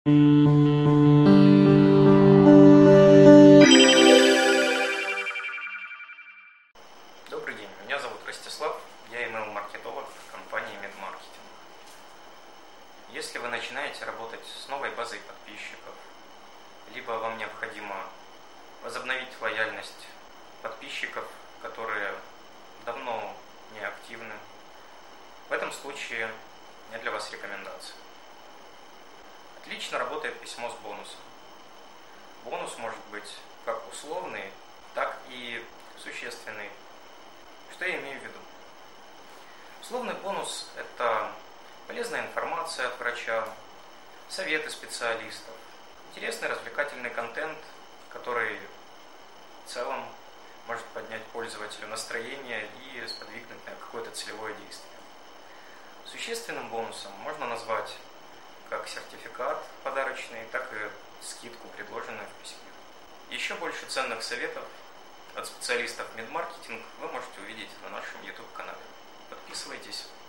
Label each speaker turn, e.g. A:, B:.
A: Добрый день, меня зовут Ростислав, я email-маркетолог компании MedMarketing. Если вы начинаете работать с новой базой подписчиков, либо вам необходимо возобновить лояльность подписчиков, которые давно не активны, в этом случае у меня для вас рекомендация. Отлично работает письмо с бонусом. Бонус может быть как условный, так и существенный. Что я имею в виду? Условный бонус – это полезная информация от врача, советы специалистов, интересный развлекательный контент, который в целом может поднять пользователю настроение и сподвигнуть на какое-то целевое действие. Существенным бонусом можно назвать как сертификат подарочный, так и скидку, предложенную в письме. Еще больше ценных советов от специалистов MedMarketing вы можете увидеть на нашем YouTube-канале. Подписывайтесь.